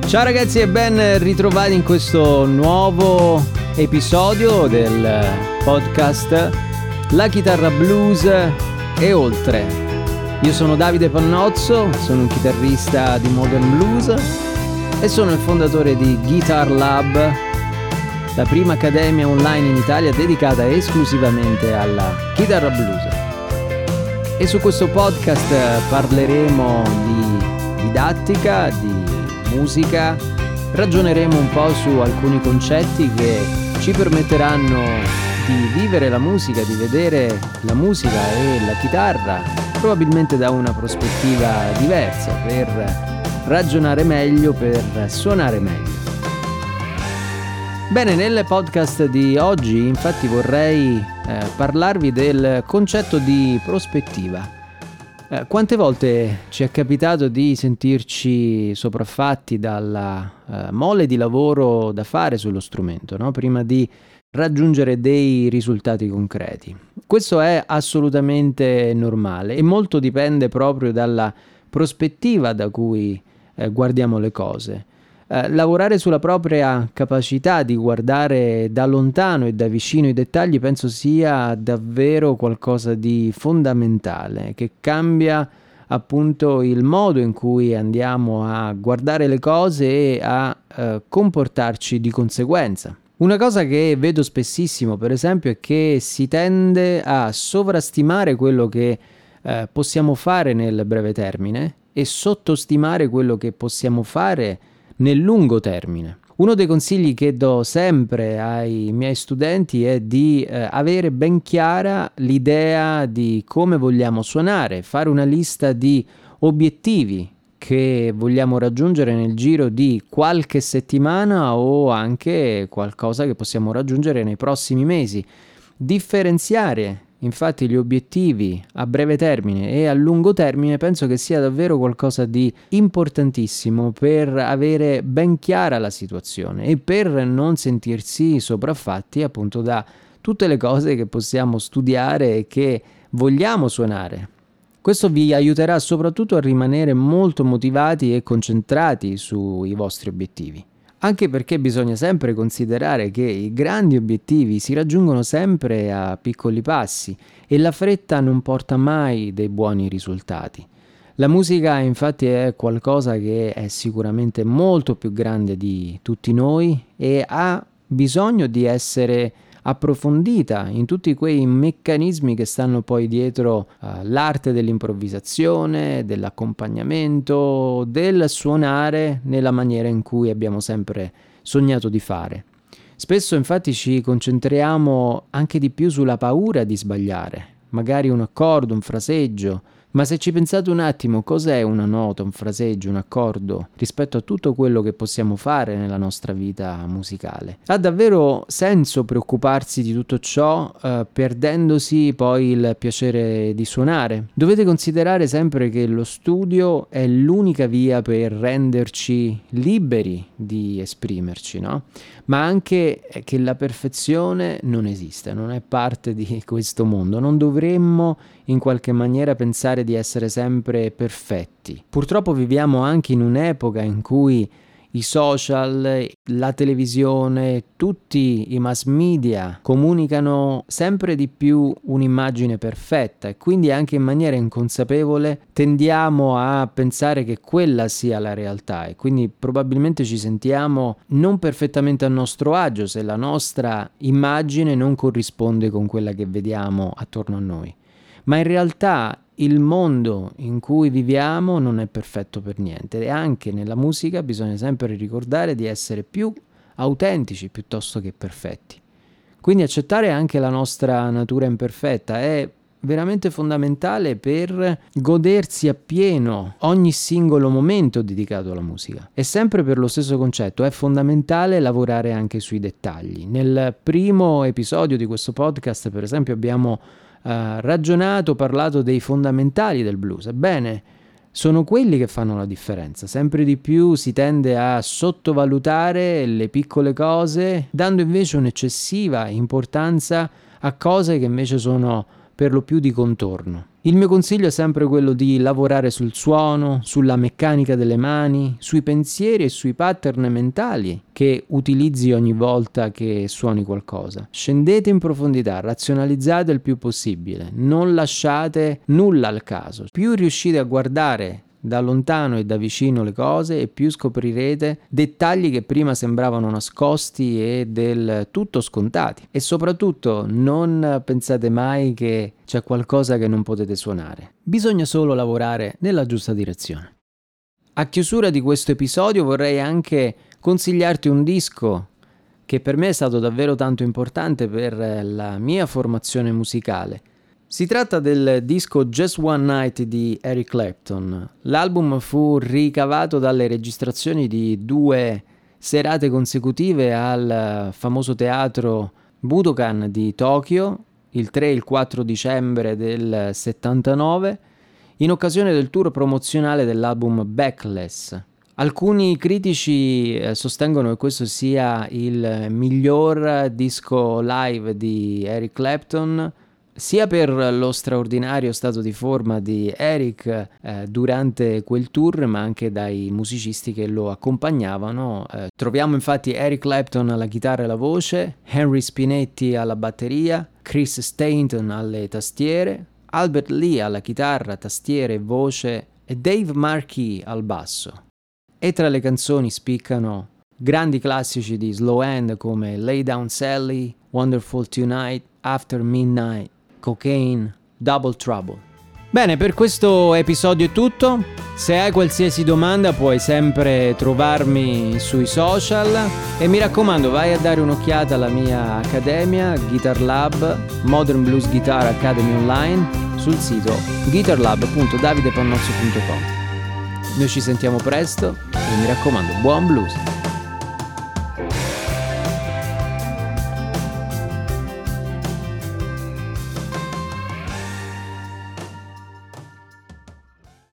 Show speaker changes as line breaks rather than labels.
Ciao ragazzi e ben ritrovati in questo nuovo episodio del podcast La chitarra blues e oltre. Io sono Davide Pannozzo, sono un chitarrista di Modern Blues e sono il fondatore di Guitar Lab, la prima accademia online in Italia dedicata esclusivamente alla chitarra blues. E su questo podcast parleremo di didattica, di musica, ragioneremo un po' su alcuni concetti che ci permetteranno di vivere la musica, di vedere la musica e la chitarra probabilmente da una prospettiva diversa, per ragionare meglio, per suonare meglio. Bene, nel podcast di oggi infatti vorrei parlarvi del concetto di prospettiva. Quante volte ci è capitato di sentirci sopraffatti dalla mole di lavoro da fare sullo strumento, no? Prima di raggiungere dei risultati concreti. Questo è assolutamente normale e molto dipende proprio dalla prospettiva da cui guardiamo le cose. Lavorare sulla propria capacità di guardare da lontano e da vicino i dettagli penso sia davvero qualcosa di fondamentale, che cambia appunto il modo in cui andiamo a guardare le cose e a comportarci di conseguenza. Una cosa che vedo spessissimo, per esempio, è che si tende a sovrastimare quello che possiamo fare nel breve termine e sottostimare quello che possiamo fare nel lungo termine. Uno dei consigli che do sempre ai miei studenti è di avere ben chiara l'idea di come vogliamo suonare, fare una lista di obiettivi che vogliamo raggiungere nel giro di qualche settimana o anche qualcosa che possiamo raggiungere nei prossimi mesi. Differenziare infatti gli obiettivi a breve termine e a lungo termine penso che sia davvero qualcosa di importantissimo per avere ben chiara la situazione e per non sentirsi sopraffatti appunto da tutte le cose che possiamo studiare e che vogliamo suonare. Questo vi aiuterà soprattutto a rimanere molto motivati e concentrati sui vostri obiettivi. Anche perché bisogna sempre considerare che i grandi obiettivi si raggiungono sempre a piccoli passi e la fretta non porta mai dei buoni risultati. La musica infatti è qualcosa che è sicuramente molto più grande di tutti noi e ha bisogno di essere approfondita in tutti quei meccanismi che stanno poi dietro l'arte dell'improvvisazione, dell'accompagnamento, del suonare nella maniera in cui abbiamo sempre sognato di fare. Spesso infatti ci concentriamo anche di più sulla paura di sbagliare, magari un accordo, un fraseggio. Ma se ci pensate un attimo, cos'è una nota, un fraseggio, un accordo rispetto a tutto quello che possiamo fare nella nostra vita musicale? Ha davvero senso preoccuparsi di tutto ciò perdendosi poi il piacere di suonare? Dovete considerare sempre che lo studio è l'unica via per renderci liberi di esprimerci, no? Ma anche che la perfezione non esiste, non è parte di questo mondo. Non dovremmo in qualche maniera pensare di essere sempre perfetti. Purtroppo viviamo anche in un'epoca in cui i social, la televisione, tutti i mass media comunicano sempre di più un'immagine perfetta e quindi anche in maniera inconsapevole tendiamo a pensare che quella sia la realtà e quindi probabilmente ci sentiamo non perfettamente a nostro agio se la nostra immagine non corrisponde con quella che vediamo attorno a noi. Ma in realtà il mondo in cui viviamo non è perfetto per niente e anche nella musica bisogna sempre ricordare di essere più autentici piuttosto che perfetti. Quindi accettare anche la nostra natura imperfetta è veramente fondamentale per godersi appieno ogni singolo momento dedicato alla musica. E sempre per lo stesso concetto è fondamentale lavorare anche sui dettagli. Nel primo episodio di questo podcast, per esempio, abbiamo ragionato, parlato dei fondamentali del blues. Ebbene, sono quelli che fanno la differenza. Sempre di più si tende a sottovalutare le piccole cose, dando invece un'eccessiva importanza a cose che invece sono per lo più di contorno. Il mio consiglio è sempre quello di lavorare sul suono, sulla meccanica delle mani, sui pensieri e sui pattern mentali che utilizzi ogni volta che suoni qualcosa. Scendete in profondità, razionalizzate il più possibile, non lasciate nulla al caso. Più riuscite a guardare da lontano e da vicino le cose e più scoprirete dettagli che prima sembravano nascosti e del tutto scontati. E soprattutto non pensate mai che c'è qualcosa che non potete suonare. Bisogna solo lavorare nella giusta direzione. A chiusura di questo episodio vorrei anche consigliarti un disco che per me è stato davvero tanto importante per la mia formazione musicale. Si tratta del disco Just One Night di Eric Clapton. L'album fu ricavato dalle registrazioni di 2 serate consecutive al famoso teatro Budokan di Tokyo, il 3 e il 4 dicembre del 79, in occasione del tour promozionale dell'album Backless. Alcuni critici sostengono che questo sia il miglior disco live di Eric Clapton, sia per lo straordinario stato di forma di Eric durante quel tour, ma anche dai musicisti che lo accompagnavano. Troviamo infatti Eric Clapton alla chitarra e alla voce, Henry Spinetti alla batteria, Chris Stainton alle tastiere, Albert Lee alla chitarra, tastiere e voce e Dave Markey al basso. E tra le canzoni spiccano grandi classici di Slow Hand come Lay Down Sally, Wonderful Tonight, After Midnight, Cocaine, Double Trouble. Bene, per questo episodio è tutto. Se hai qualsiasi domanda puoi sempre trovarmi sui social e mi raccomando vai a dare un'occhiata alla mia accademia Guitar Lab, Modern Blues Guitar Academy Online, sul sito guitarlab.davidepannozzo.com. Noi ci sentiamo presto e mi raccomando, buon blues!